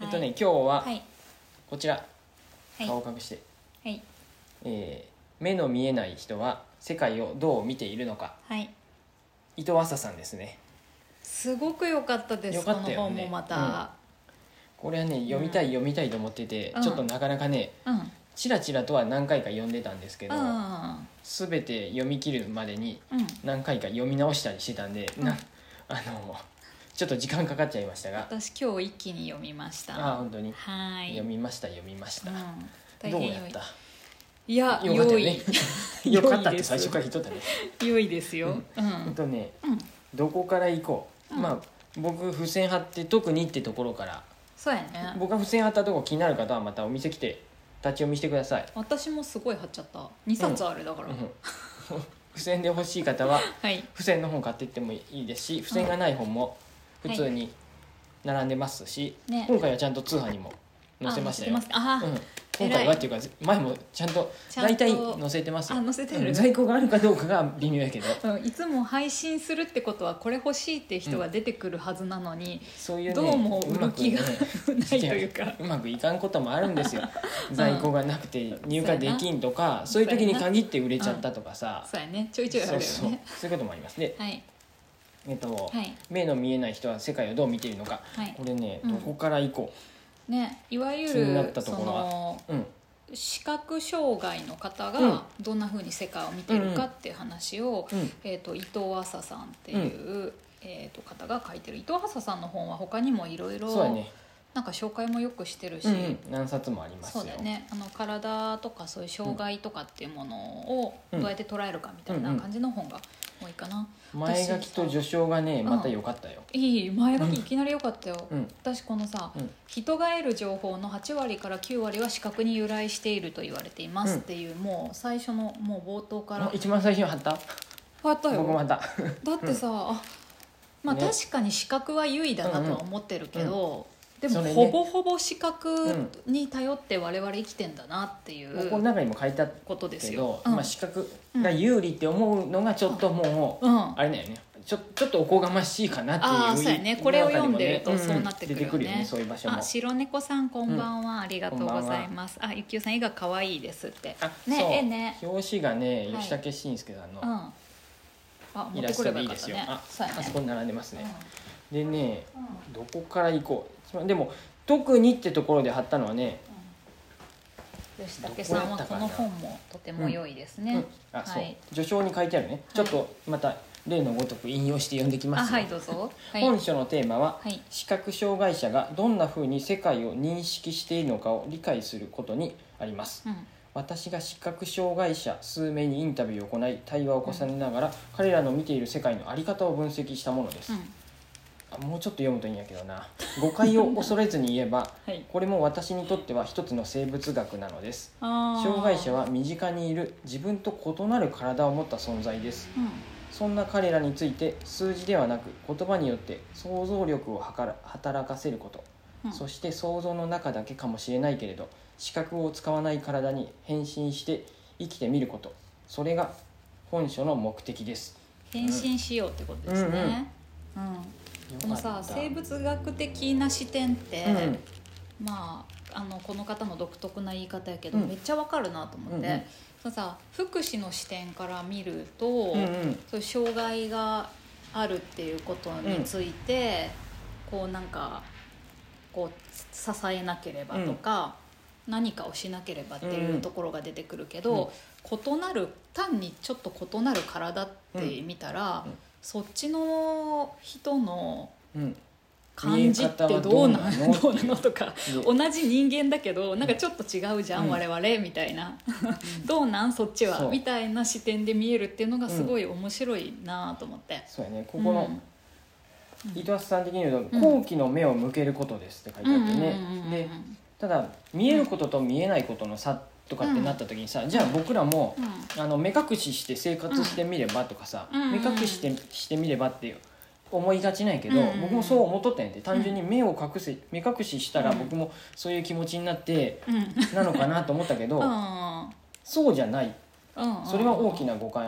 今日ははいこちら、 はい顔を隠して、 はい目の見えない人は世界をどう見ているのか、 はい伊藤浅さんですね。 すごく良かったです。 よかったよねこの本もまた、 これはね読みたいと思ってて、 うんちょっとなかなかねうんチラチラとは何回か読んでたんですけど、 うん全て読み切るまでにうん何回か読み直したりしてたんで、ちょっと時間かかっちゃいましたが、 私今日一気に読みました。 本当にはい読みました、 うん、大どう変良い。 やったいやよかったよね良いよかったっ良いですて最初から言っとったね。 良いですよ。 ね、 うんどこから行こう、 うんまあ僕付箋貼って特にってところから、 そうやね。 僕が付箋貼ったところ気になる方はまたお店来て立ち読みしてください。 私もすごい貼っちゃった。2冊あるだから、 付箋で欲しい方ははい付箋の本買っていってもいいですし、付箋がない本も普通に並んでますし、 ね今回はちゃんと通販にも載せましたよ。 載せてます。 今回はっていうか前もちゃんと大体載せてますよ。 載せてる、 在庫があるかどうかが微妙やけど、 いつも配信するってことはこれ欲しいって人が出てくるはずなのに、 そういうねどうも売る気がないというか、 うまくいかんこともあるんですよ。在庫がなくて入荷できんとか、そういう時に限って売れちゃったとかさ、 そうやね、ちょいちょいあるよね。 そういうこともあります。で、 はいはい目の見えない人は世界をどう見ているのか、 はいこれね、 うんどこから行こね、いわゆ気になっるそたところはのう、 視覚障害の方うんがどんな風に世界を見ているかっていう話を、 うん伊藤浅さんっていう、方が書いてる。伊藤浅さんの本は他にもいろいろそうやね、 なんか紹介もよくしてるし、 何冊もありますよ。 そうだよね、体とかそういう障害とかっていうものをどうやって捉えるかみたいな感じの本が多いかな。 前書きと序章がねまた良かったよ。 いい前書きいきなり良かったよ、 うん私このさ、 うん人が得る情報の8割から9割は視覚に由来していると言われていますっていう、もう最初のもう冒頭から一番最初に貼ったあったよ。 僕も貼っただってさ、まあね確かに視覚は優位だなとは思ってるけど、でもそれねほぼほぼ視覚に頼って我々生きてんだなっていここのう中にも書いてあっことですけよど、。視覚が有利って思うのがちょっともう、あれだよね、ちょっとおこがましいかなっていう。 ああそうやね、これを読んでるとそうなってくるよね。 出てくるよね、そういう場所も。 白猫さんこんばんは、ありがとうございます。ゆきおさん絵が可愛いですってそうね。ね、 表紙がね、 はい吉武慎介さんの持イラスってくればトでいいですよ。 よかったね。そうやね。 あそこに並んでますね。でね、どこから行こう。でも特にってところで貼ったのはね、 吉武さんはこの本もとても良いですね。 そうはい、 序章に書いてあるね。ちょっとまた例のごとく引用して読んできますよ。 はいどうぞ。はい本書のテーマは、 はい視覚障害者がどんなふうに世界を認識しているのかを理解することにあります。私が視覚障害者数名にインタビューを行い対話を重ねながら、彼らの見ている世界の在り方を分析したものです。もうちょっと読むといいんやけどな。誤解を恐れずに言えば、 はいこれも私にとっては一つの生物学なのです。 障障害者は身近にいる自分と異なる体を持った存在です。そんな彼らについて数字ではなく言葉によって想像力を働かせること、そして想像の中だけかもしれないけれど視覚を使わない体に変身して生きてみること、それが本書の目的です。 変身しようってことですね。このさ生物学的な視点って、まあこの方の独特な言い方やけど、めっちゃわかるなと思って、そのさ福祉の視点から見ると、そういう障害があるっていうことについて、こうなんかこう支えなければとか、何かをしなければっていうところが出てくるけど、異なる単にちょっと異なる体って見たら、そっちの人の感じってどうなのとか、同じ人間だけどなんかちょっと違うじゃん、我々みたいなどうなんそっちはみたいな視点で見えるっていうのがすごい面白いなと思って。 そうやね、ここの伊藤さん的に言うと、好奇の目を向けることですって書いてあってね。でただ見えることと見えないことの差とかってなった時にさ、じゃあ僕らも、目隠しして生活してみればとかさ、目隠してみればって思いがちなんやけど、僕もそう思っとったんやて。単純に目隠ししたら僕もそういう気持ちになってなのかなと思ったけど、そうじゃない、それは大きな誤解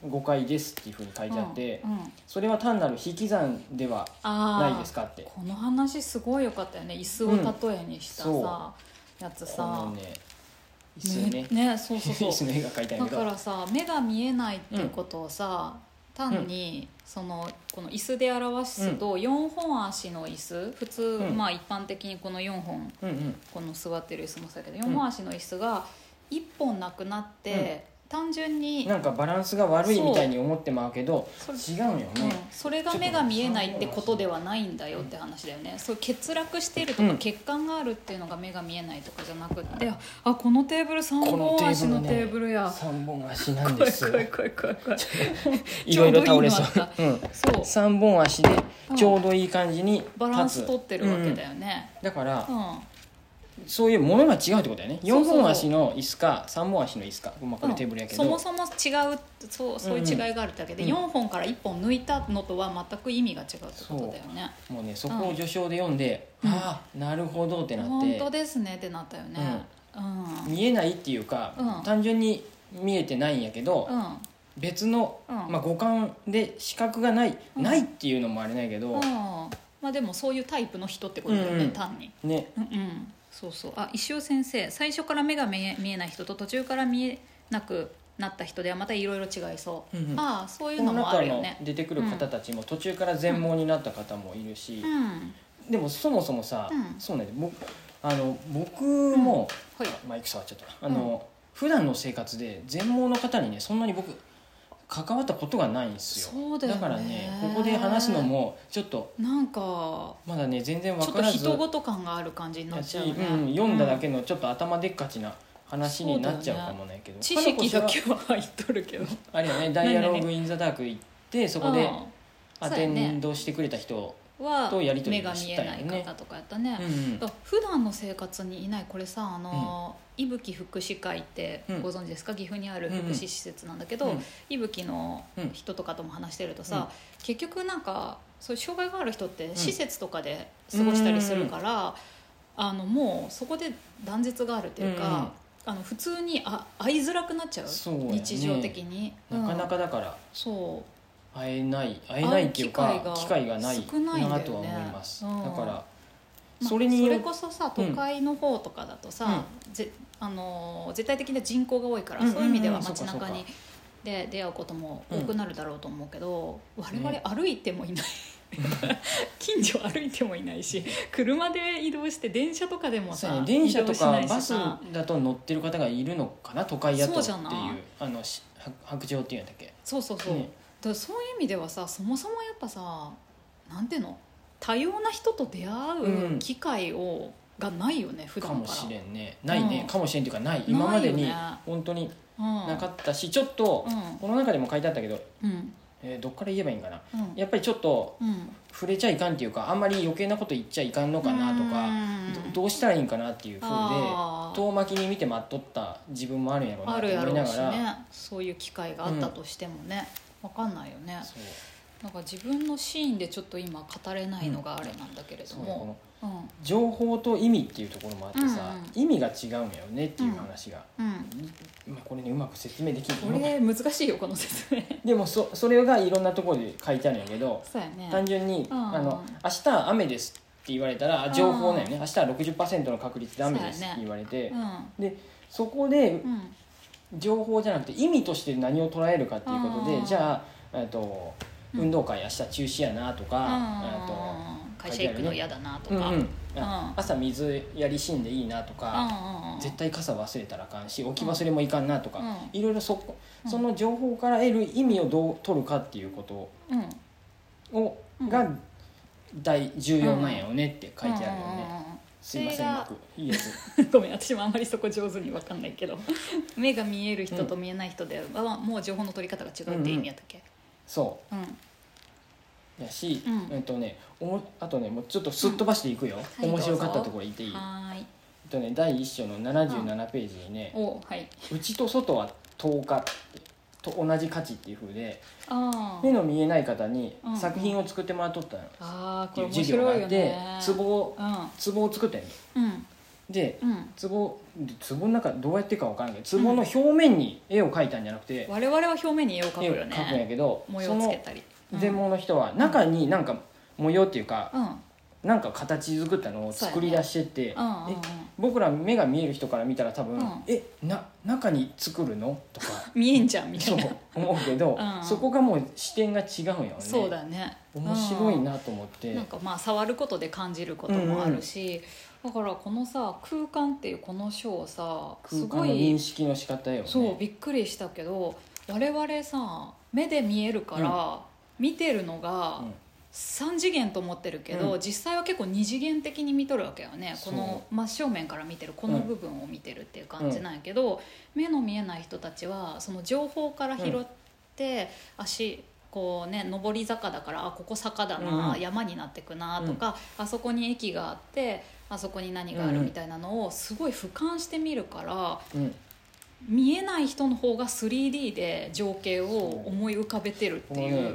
誤解ですっていうふうに書いてあって、 うんうん、 それは単なる引き算ではないですかって。 この話すごい良かったよね。椅子を例えにしたさ、やつさ、 このね椅子ねそうそうそう椅子の絵が描いてあるけど、 だからさ目が見えないっていうことをさ、単にこの椅子で表すと、4本足の椅子、普通、まあ一般的にこの4本、この座ってる椅子もそうだけど4本足の椅子が1本なくなって、単純になんかバランスが悪いみたいに思ってまうけど、違うよね、 それが目が見えないってことではないんだよって話だよね。そう欠落しているとか、欠陥があるっていうのが目が見えないとかじゃなくって、あ、このテーブル3本足のテーブルや、 3本足なんです。 怖いいろいろ倒れそう。 そう 3本足でちょうどいい感じにバランス取ってるわけだよね。 だから、そういうものが違うってことだよね。4本足の椅子か3本足の椅子か、まあ、これテーブルやけど、 そもそも違う、そういう違いがあるだけで、4本から1本抜いたのとは全く意味が違うってことだよね。 もうね、そこを序章で読んで、ああなるほどってなって、 本当ですねってなったよね。 見えないっていうか、単純に見えてないんやけど、別の、まあ、五感で視覚がないっていうのもあれないけど、 まあでもそういうタイプの人ってことだよね、単にね。そうそう。あ、石尾先生、最初から目が見えない人と途中から見えなくなった人ではまたいろいろ違いそう。ああ、そういうのもあるよね。 この中の出てくる方たちも途中から全盲になった方もいるし、でもそもそもさ、そうね、僕も、マイク触っちゃった。普段の生活で全盲の方にね、そんなに僕関わったことがないんですよ。 そうだよね。 だからね、ここで話すのもちょっとなんかまだね全然分からず、 ちょっと人事感がある感じになっちゃうね。 読んだだけのちょっと頭でっかちな話になっちゃうかもないけど、 知識だけは入っとるけど、 あれよね、ダイアログインザダーク行ってそこでアテンドしてくれた人とやり取りしたよね。 目が見えない方とかやったね。普段の生活にいない、これさ、伊吹福祉会ってご存知ですか？岐阜にある福祉施設なんだけど、伊吹の人とかとも話してるとさ、結局なんかそういう障害がある人って施設とかで過ごしたりするから、もうそこで断絶があるというか、普通に会いづらくなっちゃう、日常的になかなかだから会えないっていうか機会がないなとは思います。だからそれこそさ、都会の方とかだとさ、絶対的な人口が多いから、そういう意味では街中にで出会うことも多くなるだろうと思うけど、我々歩いてもいない近所歩いてもいないし、車で移動して電車とかでもさ、 電車とかバスだと乗ってる方がいるのかな、都会やとっていう白状っていうんだっけ。 そう、だからそういう意味ではさ、そもそもやっぱさ、なんていうの、多様な人と出会う機会がないよね、普段から。 かもしれんね、ないね、かもしれんっていうかない、今までに本当になかったし、ちょっとこの中でも書いてあったけど、どっから言えばいいんかな、やっぱりちょっと触れちゃいかんっていうか、あんまり余計なこと言っちゃいかんのかなとか、どうしたらいいんかなっていう風で遠巻きに見て待っとった自分もあるんやろうなと思いながら、 そういう機会があったとしてもね、分かんないよね。なんか自分のシーンでちょっと今語れないのがあれなんだけれども、 情報と意味っていうところもあってさ、意味が違うんやよねっていう話が、これねうまく説明できるこれ難しいよこの説明でもそれがいろんなところで書いてあるんやけど、単純に明日雨ですって言われたら情報なんよね。明日は 60% の確率で雨ですって言われて、でそこで情報じゃなくて意味として何を捉えるかっていうことで、じゃあ運動会明日中止やなとか、 会社行くの嫌だなとか、 朝水やりしんでいいなとか、絶対傘忘れたらあかんし置き忘れもいかんなとか、いろいろその情報から得る意味をどう取るかっていうことが重要なんやよねって書いてあるよね。すいません、うまくいいやつごめん、私もあんまりそこ上手に分かんないけど目が見える人と見えない人では、もう情報の取り方が違うって意味やったっけ。 そうやし、あとねもうちょっとすっ飛ばしていくよ、面白かったところ言っていい？第1章の77ページにね、内と外は10日と同じ価値っていう風で、目の見えない方に作品を作ってもらっとったのっていう授業があって、壺を作ってんの。 でうん壺の中どうやってか分からんけど壺の表面に絵を描いたんじゃなくて、 我々は表面に絵を描く絵をよね。 描くんやけど、 模その様つけたり。 全盲の人は中になんか模様っていうか、 うんなんか形作ったのを作り出してって、 うんうんうん、 僕ら目が見える人から見たら多分、 うん中に作るのとか見えんじゃんみたそいうな。 思うけど、 うんそこがもう視点が違うんよね。 そうだね。 面白いなと思って、 なんかまあ触ることで感じることもあるし、だからこのさ空間っていうこの章さすご空間の認い識の仕方よね。 そうびっくりしたけど、我々さ目で見えるから、見てるのがうん 3次元と思ってるけど、 うん実際は結構2次元的に見とるわけよね。 そうこの真正面から見てるこの部分を見てるっていう感じなんやけど、目の見えない人たちはその情報から拾って、足こうね上り坂だからここ坂だな、 うん山になってくなとか、あそこに駅があってあそこに何があるみたいなのをすごい俯瞰して見るから、 うん見えない人の方が 3D で情景を思い浮かべてるっていう、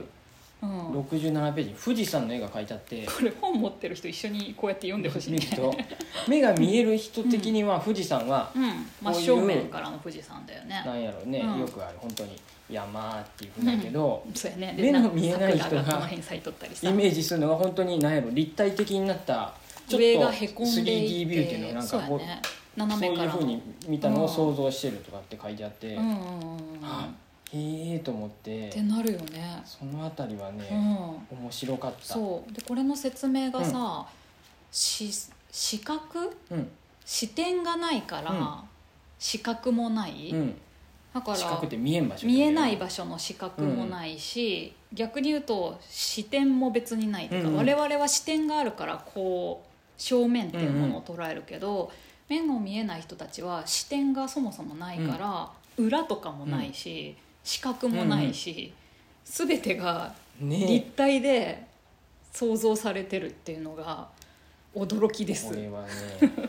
67ページに富士山の絵が描いてあってこれ本持ってる人一緒にこうやって読んでほしいね見ると目が見える人的には富士山は真正面からの富士山だよね。 なんやろうね、 うんよくある本当に山っていうふうだけど、 そうやね。 目の見えない人桜がこの辺咲いとったりさ、 イメージするのが本当になんやろ立体的になったちょっと上がへこんでいて 3D ビューっていうのをなんかこうそうやね、斜そうめからのいうふうに見たのを想像してるとかって書いてあって、 うんうんうんうんはへえと思ってってなるよね。 そのあたりはね、 うん面白かった。 そうでこれの説明がさ、視覚うん視点がないから、 うん視覚もない、 うん、 だから視覚って見えん場所見えない場所の視覚もないし、逆に言うと視点も別にないというか、 うんうん我々は視点があるからこう正面っていうものを捉えるけど、目の見えない人たちは視点がそもそもないから、裏とかもないし、視覚もないし、全てが立ね体で想像されてるっていうのが驚きです。 これはね